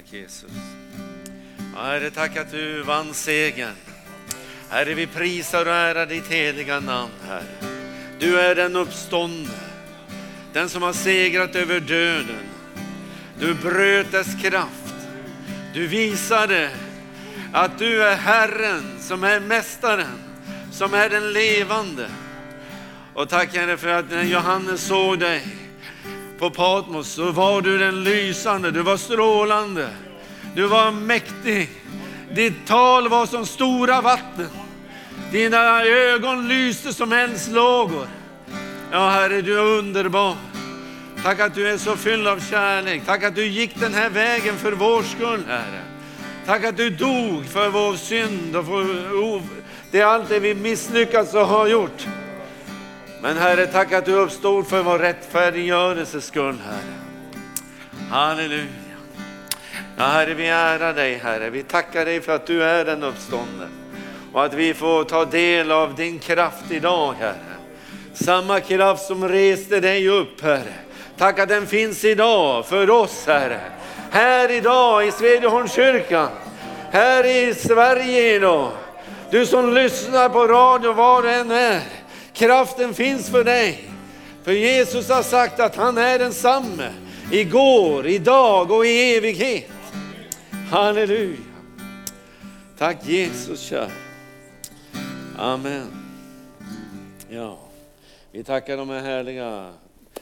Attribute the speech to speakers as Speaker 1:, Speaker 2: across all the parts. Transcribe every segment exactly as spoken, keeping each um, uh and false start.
Speaker 1: Jesus. Herre, tack att du vann segern. Herre, vi prisar och ärar ditt heliga namn, Herre. Du är den uppståndne, den som har segrat över döden. Du bröt dess kraft. Du visade att du är Herren, som är mästaren, som är den levande. Och tack, Herre, för att när Johannes såg dig på Patmos så var du den lysande, du var strålande, du var mäktig. Ditt tal var som stora vatten. Dina ögon lyste som eldslågor. Ja, Herre, du är underbar. Tack att du är så fylld av kärlek. Tack att du gick den här vägen för vår skull, Herre. Tack att du dog för vår synd och för det är allt det vi misslyckats och har gjort. Men Herre, tack att du uppstod för vår rättfärdiggörelses skull, Herre. Halleluja. Ja, Herre, vi ärar dig, Herre. Vi tackar dig för att du är den uppståndne. Och att vi får ta del av din kraft idag, Herre. Samma kraft som reste dig upp, Herre. Tack att den finns idag för oss, Herre. Här idag i Svedjeholmskyrkan. Här i Sverige idag. Du som lyssnar på radio var du än är. Kraften finns för dig. För Jesus har sagt att han är densamme. Igår, idag och i evighet. Halleluja. Tack Jesus, kär. Amen. Ja, vi tackar de här härliga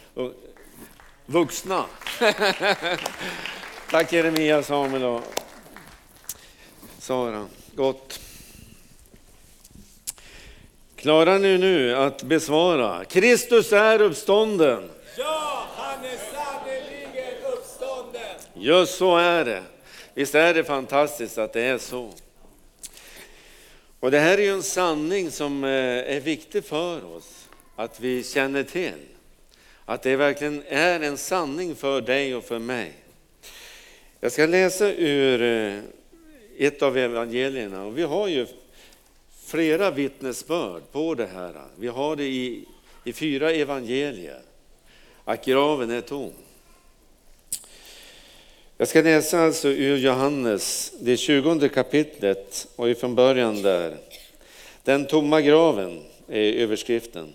Speaker 1: vuxna. Tack Jeremia, Samuel och Sara. Gott. Klarar ni nu att besvara? Kristus är uppstånden.
Speaker 2: Ja, han är sannerligen uppstånden.
Speaker 1: Just så är det. Visst är det fantastiskt att det är så. Och det här är ju en sanning som är viktig för oss. Att vi känner till. Att det verkligen är en sanning för dig och för mig. Jag ska läsa ur ett av evangelierna. Och vi har ju flera vittnesbörd på det här. Vi har det i, i fyra evangelier. Att graven är tom. Jag ska läsa alltså ur Johannes, det tjugonde kapitlet och ifrån början där. Den tomma graven är överskriften.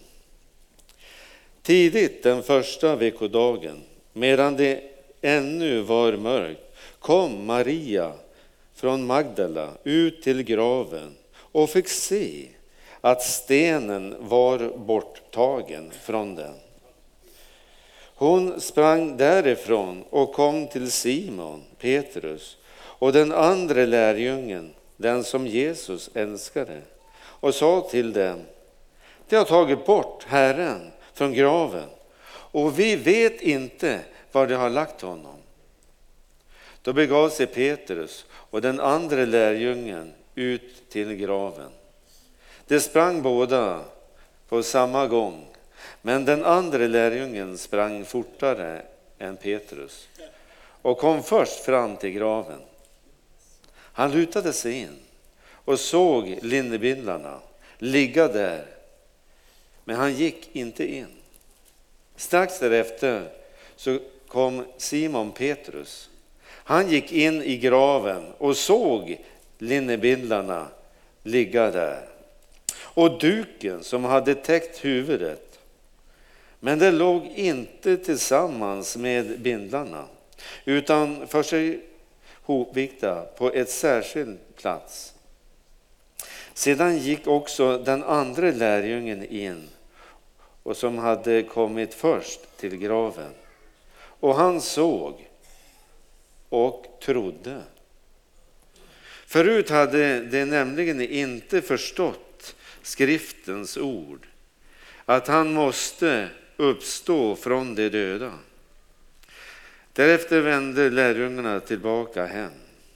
Speaker 1: Tidigt den första veckodagen, medan det ännu var mörkt, kom Maria från Magdala ut till graven och fick se att stenen var borttagen från den. Hon sprang därifrån och kom till Simon, Petrus och den andra lärjungen, den som Jesus älskade, och sa till dem: de har tagit bort Herren från graven och vi vet inte var de har lagt honom. Då begav sig Petrus och den andra lärjungen ut till graven. De sprang båda på samma gång, men den andra lärjungen sprang fortare än Petrus och kom först fram till graven. Han lutade sig in och såg linnebindlarna ligga där, men han gick inte in. Strax därefter så kom Simon Petrus. Han gick in i graven och såg linnebindlarna ligga där och duken som hade täckt huvudet. Men det låg inte tillsammans med bindlarna, utan för sig hopvikta på ett särskild plats. Sedan gick också den andra lärjungen in, och som hade kommit först till graven. Och han såg och trodde. Förut hade de nämligen inte förstått skriftens ord, att han måste uppstå från de döda. Därefter vände lärjungarna tillbaka hem.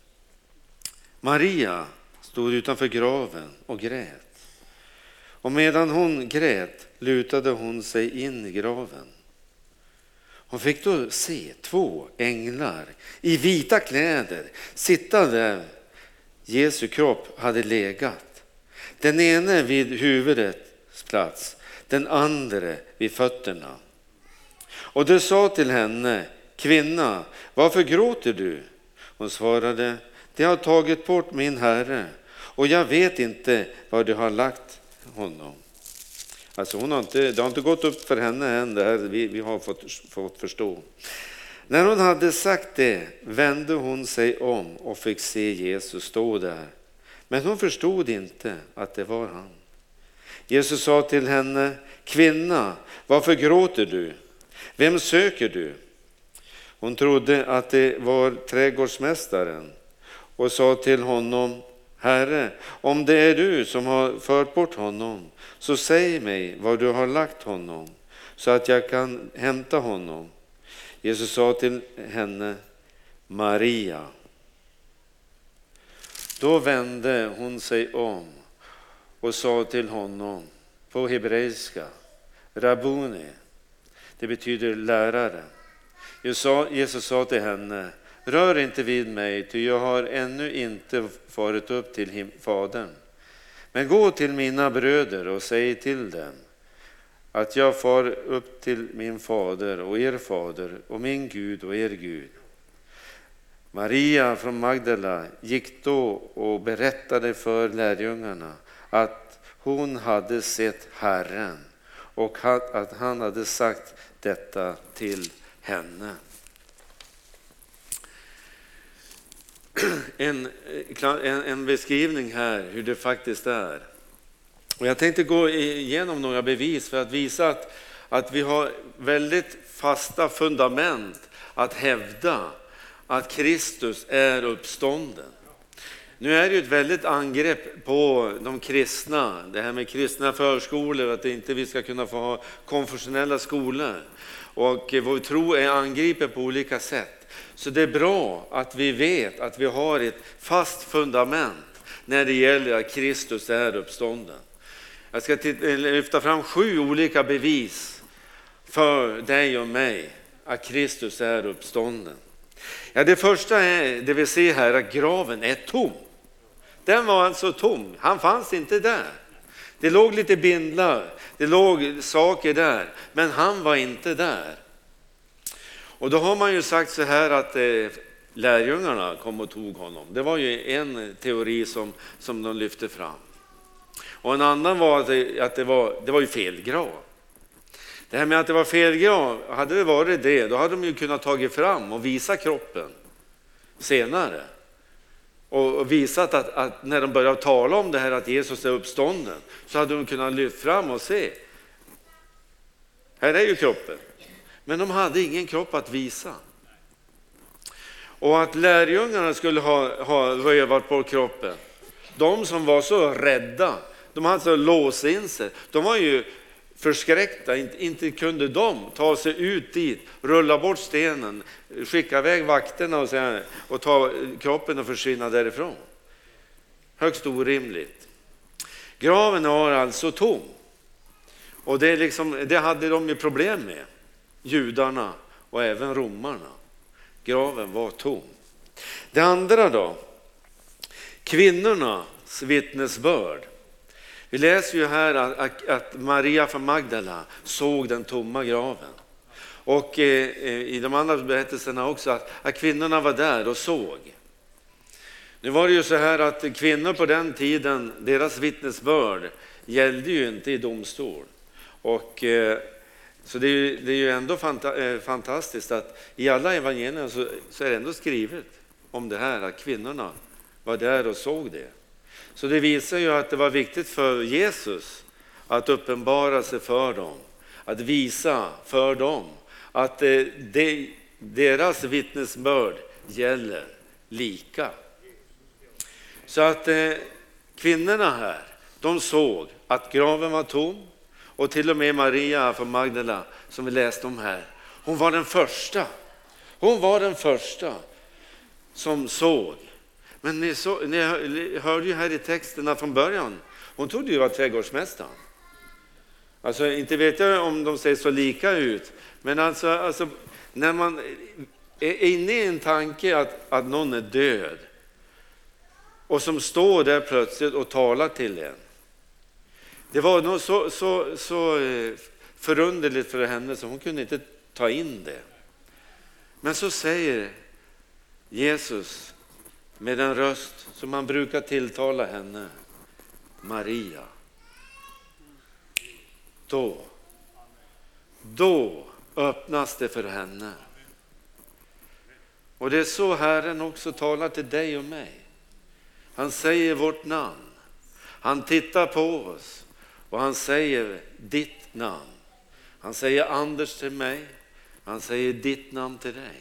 Speaker 1: Maria stod utanför graven och grät. Och medan hon grät lutade hon sig in i graven. Hon fick då se två änglar i vita kläder sitta där Jesu kropp hade legat. Den ene vid huvudets plats, den andra vid fötterna. Och de sa till henne: kvinna, varför gråter du? Hon svarade: de har tagit bort min herre och jag vet inte var de har lagt honom. Alltså hon har inte, det har inte gått upp för henne än, det här vi, vi har fått, fått förstå. När hon hade sagt det vände hon sig om och fick se Jesus stå där. Men hon förstod inte att det var han. Jesus sa till henne: kvinna, varför gråter du? Vem söker du? Hon trodde att det var trädgårdsmästaren och sa till honom: Herre, om det är du som har fört bort honom, så säg mig var du har lagt honom, så att jag kan hämta honom. Jesus sa till henne: Maria. Då vände hon sig om och sa till honom på hebreiska: Rabboni. Det betyder lärare. Jesus sa till henne: rör inte vid mig, ty jag har ännu inte farit upp till Fadern. Men gå till mina bröder och säg till dem att jag far upp till min fader och er fader och min Gud och er Gud. Maria från Magdala gick då och berättade för lärjungarna att hon hade sett Herren och att han hade sagt detta till henne. En, en, en beskrivning här hur det faktiskt är. Och jag tänkte gå igenom några bevis för att visa att, att vi har väldigt fasta fundament att hävda att Kristus är uppstånden. Nu är det ju ett väldigt angrepp på de kristna, det här med kristna förskolor, att inte vi ska kunna få ha konfessionella skolor. Och vår tro är angripen på olika sätt. Så det är bra att vi vet att vi har ett fast fundament när det gäller att Kristus är uppstånden. Jag ska lyfta fram sju olika bevis för dig och mig att Kristus är uppstånden. Ja, det första är det vi ser här, att graven är tom. Den var alltså tom, han fanns inte där. Det låg lite bindlar, det låg saker där, men han var inte där. Och då har man ju sagt så här att eh, lärjungarna kom och tog honom. Det var ju en teori som, som de lyfte fram. Och en annan var att det, att det var det var ju fel grav. Det här med att det var fel grav, hade det varit det, då hade de ju kunnat tagit fram och visa kroppen senare. Och, och visat att, att när de började tala om det här att Jesus är uppstånden, så hade de kunnat lyfta fram och se. Här är ju kroppen. Men de hade ingen kropp att visa. Och att lärjungarna skulle ha, ha rövat på kroppen. De som var så rädda, de hade så låst in sig. De var ju förskräckta, inte, inte kunde de ta sig ut dit, rulla bort stenen, skicka iväg vakterna och, säga, och ta kroppen och försvinna därifrån. Högst orimligt. Graven var alltså tom. Och det, liksom, det hade de ju problem med. Judarna och även romarna. Graven var tom. Det andra då. Kvinnornas vittnesbörd. Vi läser ju här att, att Maria från Magdala såg den tomma graven. Och eh, i de andra berättelserna också att, att kvinnorna var där och såg. Nu var det ju så här att kvinnor på den tiden, deras vittnesbörd gällde ju inte i domstol. Och eh, så det är, ju, det är ju ändå fanta, eh, fantastiskt att i alla evangelierna så, så är det ändå skrivet om det här att kvinnorna var där och såg det. Så det visar ju att det var viktigt för Jesus att uppenbara sig för dem. Att visa för dem att eh, det, deras vittnesbörd gäller lika. Så att eh, kvinnorna här, de såg att graven var tom. Och till och med Maria från Magdala som vi läste om här. Hon var den första. Hon var den första som såg. Men ni, så, ni hörde ju här i texterna från början. Hon trodde ju var trädgårdsmästaren. Alltså inte vet jag om de ser så lika ut. Men alltså, alltså när man är inne i en tanke att, att någon är död. Och som står där plötsligt och talar till en. Det var nog så, så, så förunderligt för henne så hon kunde inte ta in det. Men så säger Jesus med en röst som man brukar tilltala henne, Maria. Då, då öppnas det för henne. Och det är så Herren också talar till dig och mig. Han säger vårt namn. Han tittar på oss och han säger ditt namn. Han säger Anders till mig. Han säger ditt namn till dig.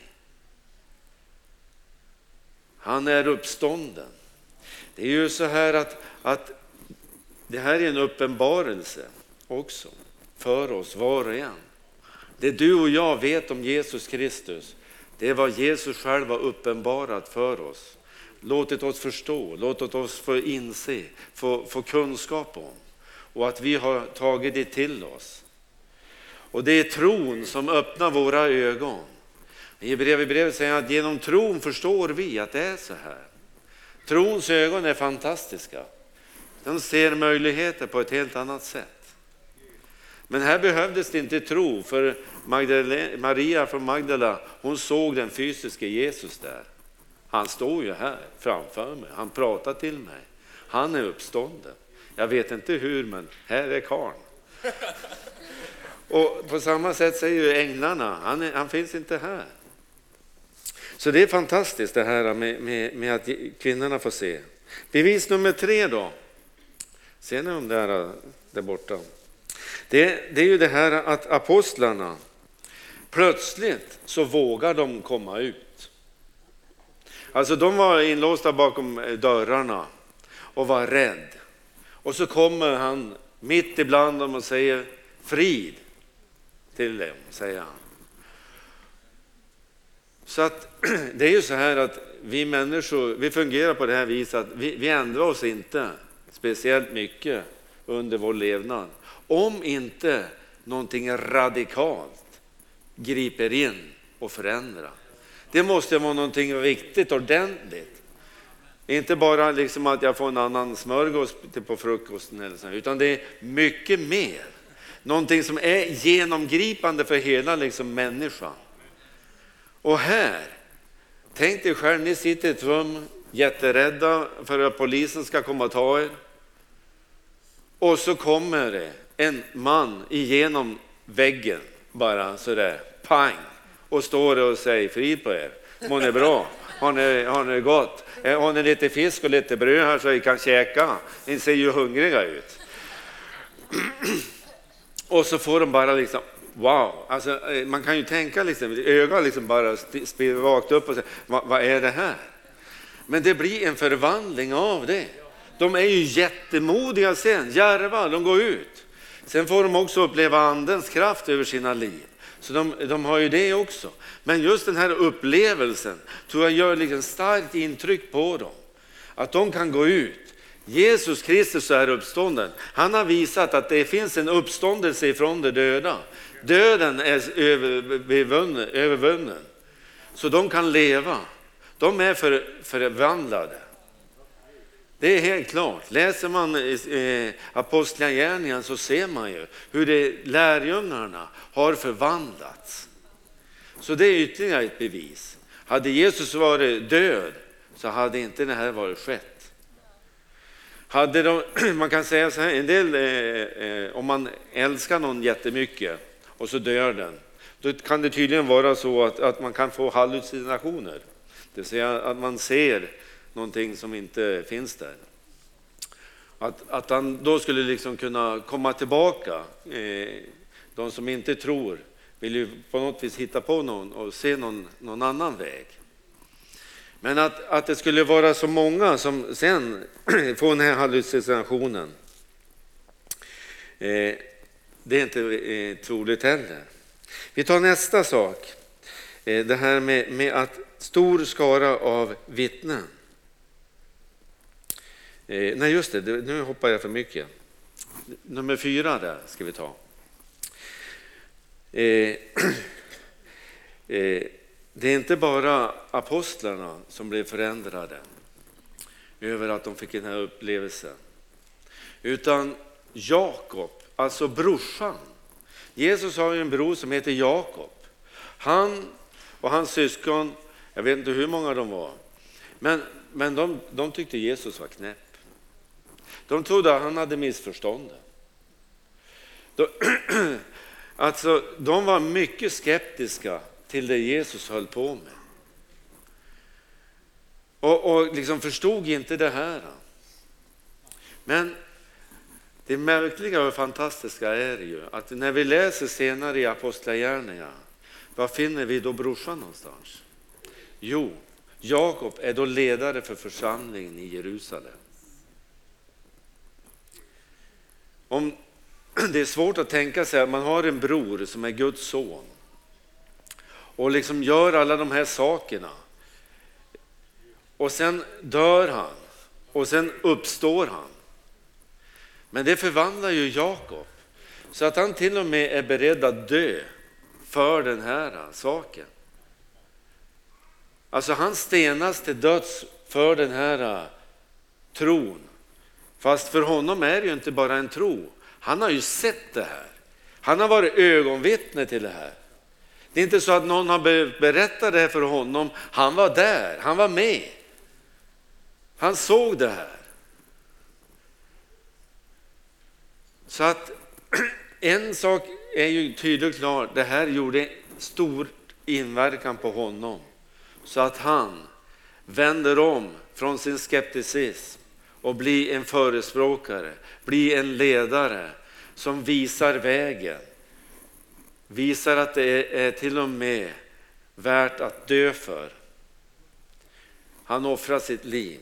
Speaker 1: Han är uppstånden. Det är ju så här att, att det här är en uppenbarelse också för oss var och en. Det du och jag vet om Jesus Kristus, det är vad Jesus själv har uppenbarat för oss. Låtit oss förstå, låtit oss få inse, få, få kunskap om. Och att vi har tagit det till oss. Och det är tron som öppnar våra ögon. I brevet säger att genom tron förstår vi att det är så här. Trons ögon är fantastiska. De ser möjligheter på ett helt annat sätt. Men här behövdes det inte tro, för Magdalena, Maria från Magdala, hon såg den fysiska Jesus där. Han står ju här framför mig, han pratar till mig. Han är uppstånden. Jag vet inte hur, men här är karln. Och på samma sätt säger ju änglarna, han, är, han finns inte här. Så det är fantastiskt det här med, med, med att kvinnorna får se. Bevis nummer tre då. Ser ni de där, där borta? Det, det är ju det här att apostlarna plötsligt så vågar de komma ut. Alltså de var inlåsta bakom dörrarna och var rädd. Och så kommer han mitt ibland dem och säger frid till dem, säger han. Så att det är ju så här att vi människor, vi fungerar på det här viset att vi, vi ändrar oss inte speciellt mycket under vår levnad. Om inte någonting radikalt griper in och förändrar. Det måste vara någonting riktigt ordentligt. Inte bara liksom att jag får en annan smörgås på frukosten eller så, utan det är mycket mer. Någonting som är genomgripande för hela liksom människan. Och här, tänk dig själv, ni sitter i ett rum jätterädda för att polisen ska komma och ta er. Och så kommer det en man igenom väggen, bara sådär, pang. Och står och säger frid på er, må ni bra, har ni, har ni gott? Har ni lite fisk och lite bröd här så ni kan käka? Ni ser ju hungriga ut. Och så får de bara liksom, wow, alltså, man kan ju tänka liksom, ögonen liksom bara spiller vakt upp och säger, vad, vad är det här? Men det blir en förvandling av det. De är ju jättemodiga sen, djärva, de går ut. Sen får de också uppleva andens kraft över sina liv. Så de, de har ju det också. Men just den här upplevelsen tror jag gör liksom starkt intryck på dem. Att de kan gå ut. Jesus Kristus är uppstånden. Han har visat att det finns en uppståndelse ifrån de döda. Döden är övervunnen. övervunnen. Så de kan leva. De är för, förvandlade. Det är helt klart. Läser man eh, apostlagärningarna så ser man ju hur det, lärjungarna har förvandlats. Så det är ytterligare ett bevis. Hade Jesus varit död så hade inte det här varit skett. Hade de, man kan säga så här, en del, eh, om man älskar någon jättemycket och så dör den, då kan det tydligen vara så att, att man kan få hallucinationer. Det vill säga att man ser någonting som inte finns där. Att, att han då skulle liksom kunna komma tillbaka. Eh, de som inte tror vill ju på något vis hitta på någon och se någon, någon annan väg. Men att, att det skulle vara så många som sen får den här hallucinationen, eh, det är inte eh, troligt heller. Vi tar nästa sak. Eh, det här med, med att stor skara av vittnen. Eh, nej just det, nu hoppar jag för mycket. Nummer fyra där ska vi ta. Eh, eh, det är inte bara apostlarna som blev förändrade över att de fick den här upplevelsen. Utan Jakob, alltså brorsan. Jesus har ju en bror som heter Jakob. Han och hans syskon Jag vet inte hur många de var. Men, men de, de tyckte Jesus var knäpp. De trodde att han hade missförstånd. De, alltså, de var mycket skeptiska till det Jesus höll på med. Och, och liksom förstod inte det här. Men det märkliga och fantastiska är ju att när vi läser senare i Apostlagärningarna, vad finner vi då brorsan någonstans? Jo, Jakob är då ledare för församlingen i Jerusalem. Om det är svårt att tänka sig att man har en bror som är Guds son och liksom gör alla de här sakerna, och sen dör han och sen uppstår han. Men det förvandlar ju Jakob så att han till och med är beredd att dö för den här saken. Alltså han stenas till döds för den här tron. Fast för honom är det ju inte bara en tro. Han har ju sett det här. Han har varit ögonvittne till det här. Det är inte så att någon har berättat det här för honom. Han var där, han var med. Han såg det här. Så att en sak är ju tydligt klar. Det här gjorde stor inverkan på honom. Så att han vänder om från sin skepticism och blir en förespråkare, blir en ledare som visar vägen. Visar att det är till och med värt att dö för. Han offrar sitt liv.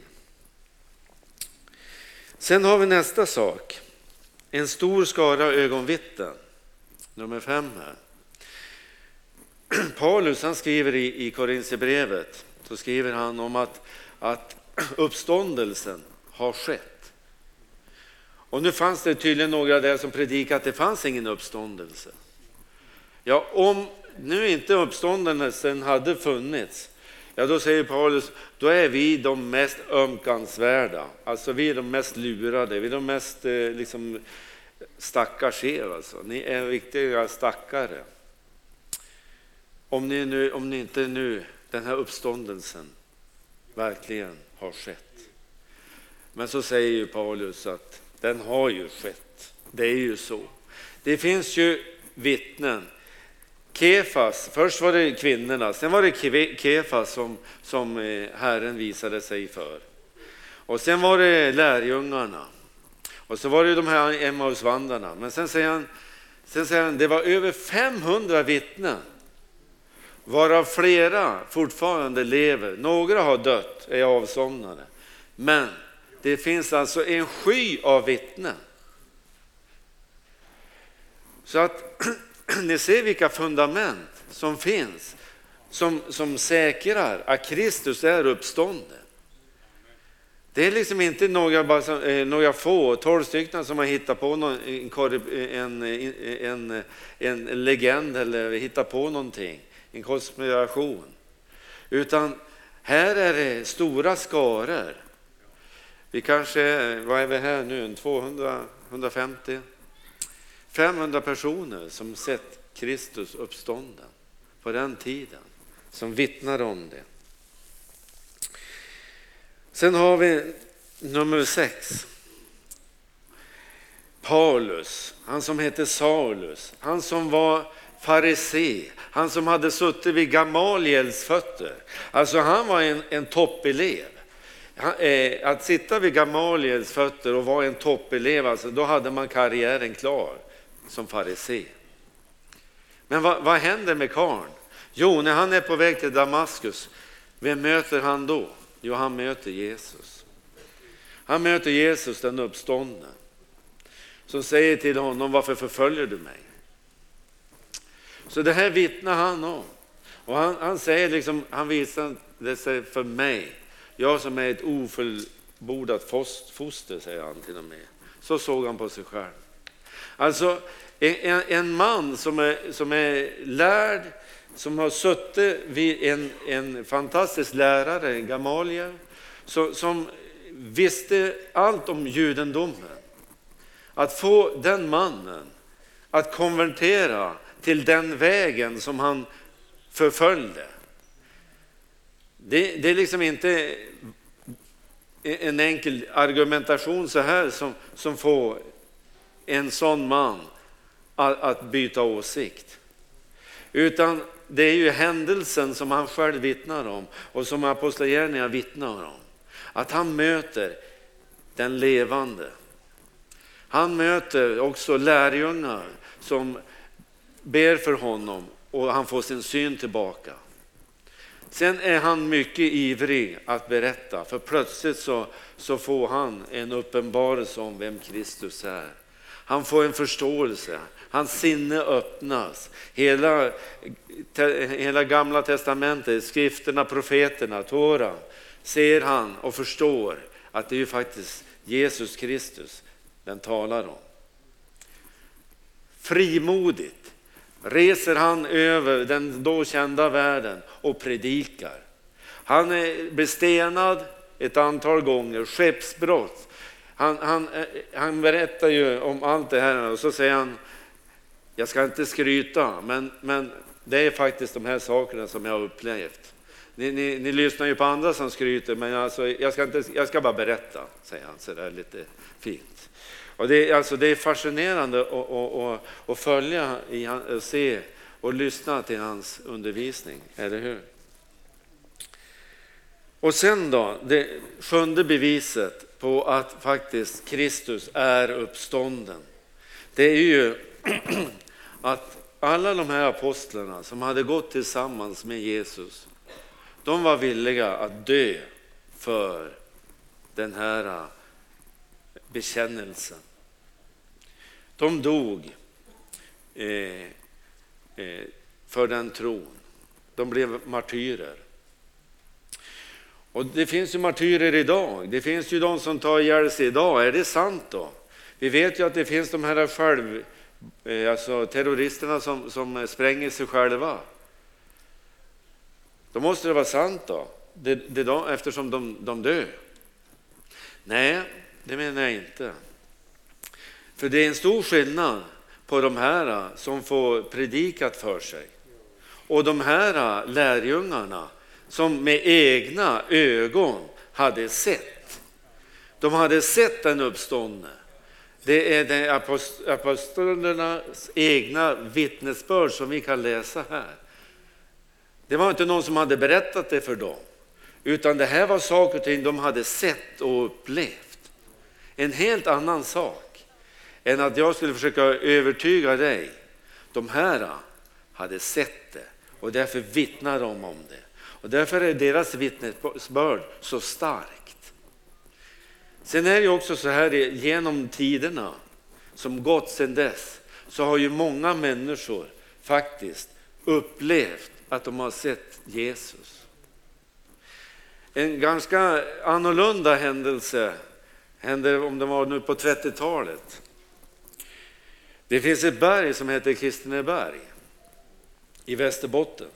Speaker 1: Sen har vi nästa sak. En stor skara ögonvittnen. Nummer fem här. Paulus han skriver i, i Korinthierbrevet, så skriver han om att, att uppståndelsen har skett. Och nu fanns det tydligen några där som predikade att det fanns ingen uppståndelse. Ja, om nu inte uppståndelsen hade funnits, ja då säger Paulus, då är vi de mest ömkansvärda. Alltså vi är de mest lurade, vi är de mest eh, liksom stackars er alltså. Ni är riktiga stackare. Om ni, nu, om ni inte nu, den här uppståndelsen verkligen har skett. Men så säger ju Paulus att den har ju skett. Det är ju så. Det finns ju vittnen. Kefas, först var det kvinnorna, sen var det Kefas som, som Herren visade sig för. Och sen var det lärjungarna. Och så var det de här Emmausvandrarna. Men sen säger han, sen säger han det var över femhundra vittnen. Varav flera fortfarande lever. Några har dött, är avsomnade. Men det finns alltså en sky av vittnen. Så att ni ser vilka fundament som finns. Som, som säkrar att Kristus är uppstånden. Det är liksom inte några, bara, eh, några få, tolv stycken som har hittat på någon, en, en, en, en legend eller hittat på någonting. En konspiration. Utan här är det stora skaror. Vi kanske, vad är vi här nu, tvåhundra, hundrafemtio, femhundra personer som sett Kristus uppstånden på den tiden. Som vittnar om det. Sen har vi nummer sex. Paulus, han som heter Saulus, han som var farisé, han som hade suttit vid Gamaliels fötter. Alltså han var en, en toppelev. Han, eh, att sitta vid Gamaliels fötter och vara en toppelev, alltså, då hade man karriären klar som farisé. Men vad, vad händer med karln? Jo, när han är på väg till Damaskus, vem möter han då? Jo, han möter Jesus. Han möter Jesus, den uppståndne, som säger till honom, varför förföljer du mig? Så det här vittnar han om. Och han, han säger liksom, han visar det sig för mig. Jag som är ett ofullbordat foster, säger han till och med. Så såg han på sig själv. Alltså en, en man som är, som är lärd, som har suttit vid en, en fantastisk lärare, en Gamaliel, så, som visste allt om judendomen. Att få den mannen att konvertera till den vägen som han förföljde. Det, det är liksom inte en enkel argumentation så här som, som får en sån man att, att byta åsikt. Utan det är ju händelsen som han själv vittnar om och som apostlagärningarna vittnar om. Att han möter den levande. Han möter också lärjungar som ber för honom och han får sin syn tillbaka. Sen är han mycket ivrig att berätta, för plötsligt så, så får han en uppenbarelse om vem Kristus är. Han får en förståelse, hans sinne öppnas. Hela, te, hela gamla testamentet, skrifterna, profeterna, Tora, ser han och förstår att det är ju faktiskt Jesus Kristus den talar om. Frimodigt reser han över den då kända världen och predikar. Han är bestenad ett antal gånger, skeppsbrott. Han, han, han berättar ju om allt det här och så säger han, jag ska inte skryta, men, men det är faktiskt de här sakerna som jag har upplevt. Ni, ni, ni lyssnar ju på andra som skryter, men alltså, jag, ska inte, jag ska bara berätta, säger han så där lite fint. Och det, alltså, det är fascinerande att, att, att, att följa, i, att se och lyssna till hans undervisning, eller hur? Och sen då, det sjunde beviset på att faktiskt Kristus är uppstånden. Det är ju att alla de här apostlarna som hade gått tillsammans med Jesus, de var villiga att dö för den här bekännelsen. De dog eh, eh, för den tron. De blev martyrer. Och det finns ju martyrer idag. Det finns ju de som tar ihjäl sig idag. Är det sant då? Vi vet ju att det finns de här själv, eh, alltså terroristerna som, som spränger sig själva. Då måste det vara sant då, det, det då eftersom de, de dör. Nej, det menar jag inte. För det är en stor skillnad på de här som får predikat för sig och de här lärjungarna som med egna ögon hade sett. De hade sett den uppståndne. Det är de apostlarnas egna vittnesbörd som vi kan läsa här. Det var inte någon som hade berättat det för dem, utan det här var saker och ting de hade sett och upplevt. En helt annan sak än att jag skulle försöka övertyga dig. De här hade sett det och därför vittnar de om det. Och därför är deras vittnesbörd så starkt. Sen är det också så här, genom tiderna som gått sedan dess, så har ju många människor faktiskt upplevt att de har sett Jesus. En ganska annorlunda händelse hände, om det var nu på trettiotalet. Det finns ett berg som heter Kristineberg i Västerbotten.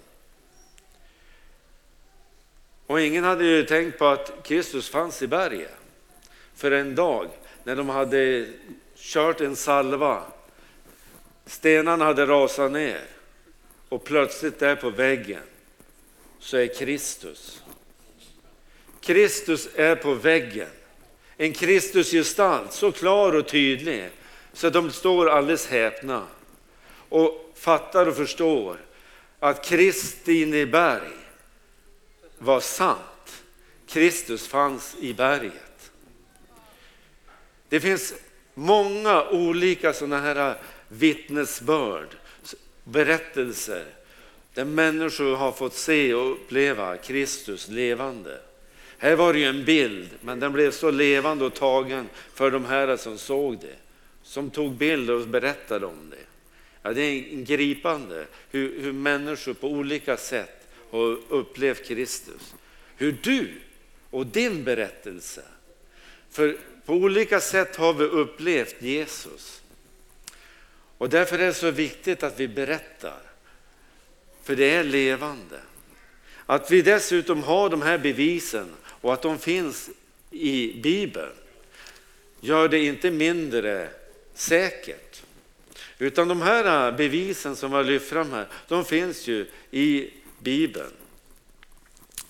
Speaker 1: Och ingen hade ju tänkt på att Kristus fanns i berget. För en dag när de hade kört en salva, stenarna hade rasat ner och plötsligt där på väggen så är Kristus. Kristus är på väggen. En Kristusgestalt så klar och tydlig så att de står alldeles häpna och fattar och förstår att Kristineberg var sant. Kristus fanns i berget. Det finns många olika sådana här vittnesbörd, berättelser där människor har fått se och uppleva Kristus levande. Här var det ju en bild, men den blev så levande och tagen för de här som såg det. Som tog bilder och berättade om det. Ja, det är gripande hur, hur människor på olika sätt har upplevt Kristus. Hur du och din berättelse. För på olika sätt har vi upplevt Jesus. Och därför är det så viktigt att vi berättar. För det är levande. Att vi dessutom har de här bevisen och att de finns i Bibeln gör det inte mindre säkert. Utan de här bevisen som var lyft fram här, de finns ju i Bibeln.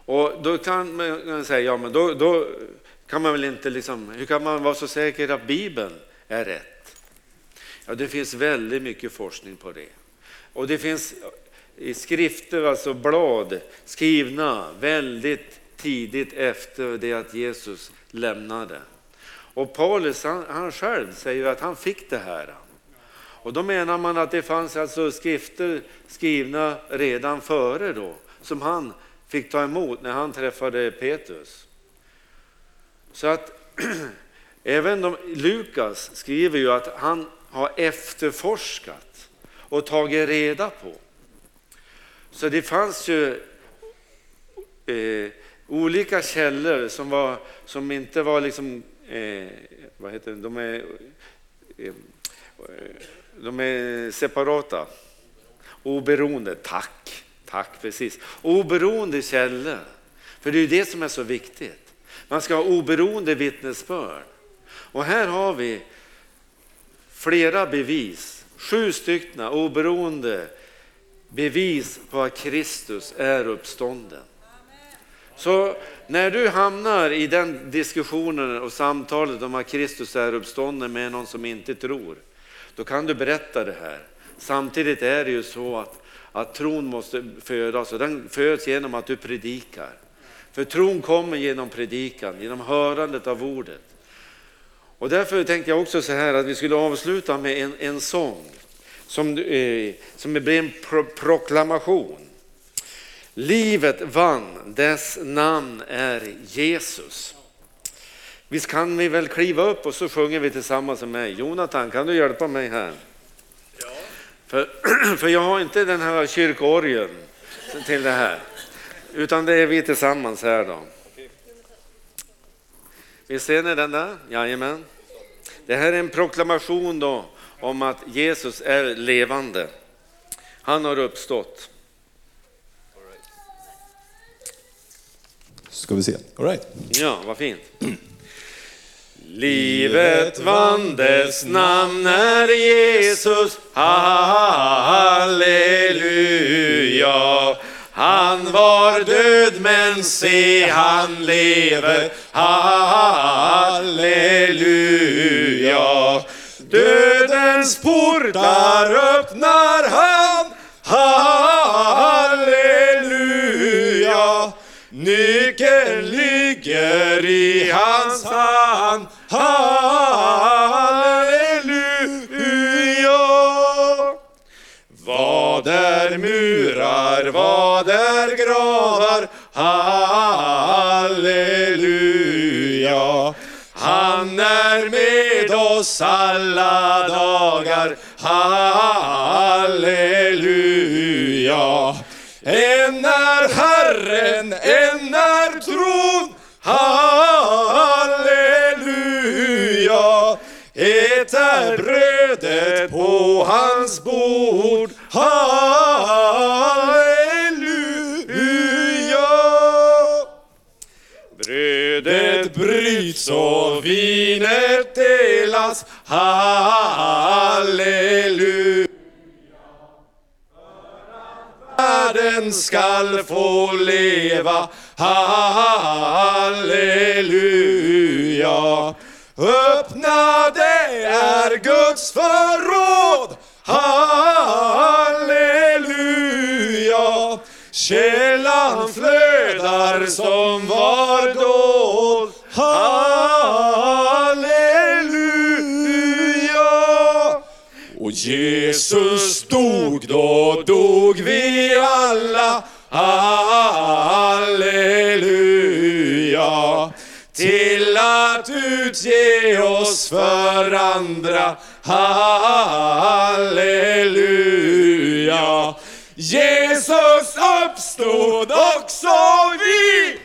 Speaker 1: Och då kan man säga, ja men då, då kan man väl inte liksom, hur kan man vara så säker att Bibeln är rätt? Ja, det finns väldigt mycket forskning på det. Och det finns i skrifter, alltså blad, skrivna väldigt tidigt efter det att Jesus lämnade. Och Paulus, han, han själv säger att han fick det här. Och då menar man att det fanns alltså skrifter skrivna redan före då, som han fick ta emot när han träffade Petrus. Så att även de, Lukas skriver ju att han har efterforskat och tagit reda på. Så det fanns ju eh, olika källor som, var, som inte var liksom, eh, vad heter det, de är, eh, de är separata, oberoende, tack, tack precis, oberoende källor. För det är ju det som är så viktigt. Man ska ha oberoende vittnesbörd. Och här har vi flera bevis, sju stycken oberoende bevis på att Kristus är uppstånden. Så när du hamnar i den diskussionen och samtalet om att Kristus är uppstånden med någon som inte tror, då kan du berätta det här. Samtidigt är det ju så att, att tron måste födas, och den föds genom att du predikar. För tron kommer genom predikan, genom hörandet av ordet. Och därför tänkte jag också så här att vi skulle avsluta med en, en sång som, eh, som blir en pro- proklamation. Livet vann, dess namn är Jesus. Visst kan vi väl kliva upp och så sjunger vi tillsammans med mig. Jonathan, kan du hjälpa mig här?
Speaker 2: Ja.
Speaker 1: För, för jag har inte den här kyrkorgeln till det här. Utan det är vi tillsammans här då. Vi ser ni den där? Jajamän. Det här är en proklamation då om att Jesus är levande. Han har uppstått.
Speaker 3: Ska vi se. All right.
Speaker 1: Ja, vad fint. Livet vann, dess namn är Jesus. Halleluja. Han var död men se han lever. Halleluja. Dödens portar öppnar han. Halleluja. Nyckeln ligger i hans hand. Halleluja. Vad är murar, vad är gravar? Halleluja. Han är med oss alla dagar. Halleluja. En är Herren, en är tron. Halleluja. Ett är brödet på hans bord. Halleluja. Brödet bryts och vinet delas. Halleluja. Världen skall få leva. Halleluja. Öppnade är Guds förråd. Halleluja. Källan flödar som var dold. Halleluja. Och Jesus dog, då dog vi alla. Halleluja. Till att utge oss för andra. Halleluja. Jesus uppstod också vi.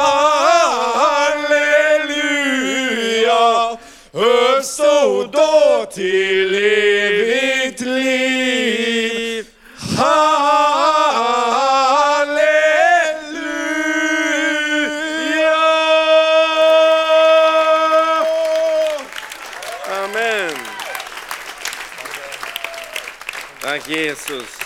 Speaker 1: Halleluja. Uppstod då till evigt liv. Halleluja. Amen. Tack Jesus.